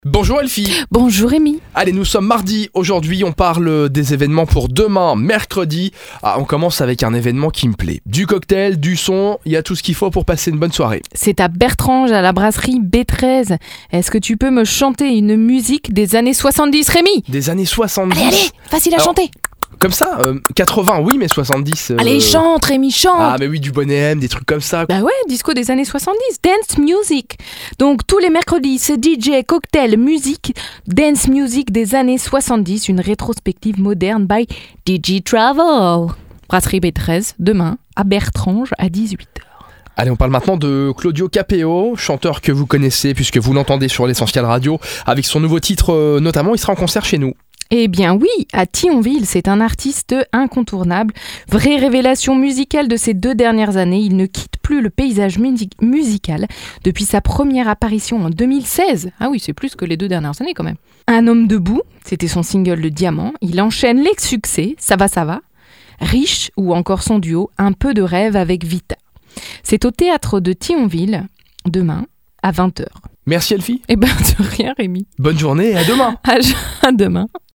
Bonjour Elfie. Bonjour Rémi. Allez, nous sommes mardi. Aujourd'hui, on parle des événements pour demain, mercredi. On commence avec un événement qui me plaît. Du cocktail, du son, il y a tout ce qu'il faut pour passer une bonne soirée. C'est à Bertrange, à la brasserie B13. Est-ce que tu peux me chanter une musique des années 70, Rémi ? Des années 70. Allez, facile à chanter. Comme ça, 80 oui, mais 70... Allez, chante Rémi, chante. Ah mais oui, du Boney M, des trucs comme ça. Bah ouais, disco des années 70, dance music. Donc tous les mercredis, c'est DJ, cocktail, musique, dance music des années 70, une rétrospective moderne by DJ Travel. Brasserie B13, demain, à Bertrange, à 18h. Allez, on parle maintenant de Claudio Capéo, chanteur que vous connaissez puisque vous l'entendez sur l'Essentiel Radio. Avec son nouveau titre notamment, il sera en concert chez nous. Eh bien oui, à Thionville, c'est un artiste incontournable. Vraie révélation musicale de ces 2 dernières années, il ne quitte plus le paysage musical depuis sa première apparition en 2016. Ah oui, c'est plus que les 2 dernières années quand même. Un homme debout, c'était son single Le Diamant. Il enchaîne les succès, Ça va, Riche ou encore son duo Un peu de rêve avec Vita. C'est au théâtre de Thionville, demain, à 20h. Merci Elfie. Eh ben de rien Rémi. Bonne journée et à demain. À demain.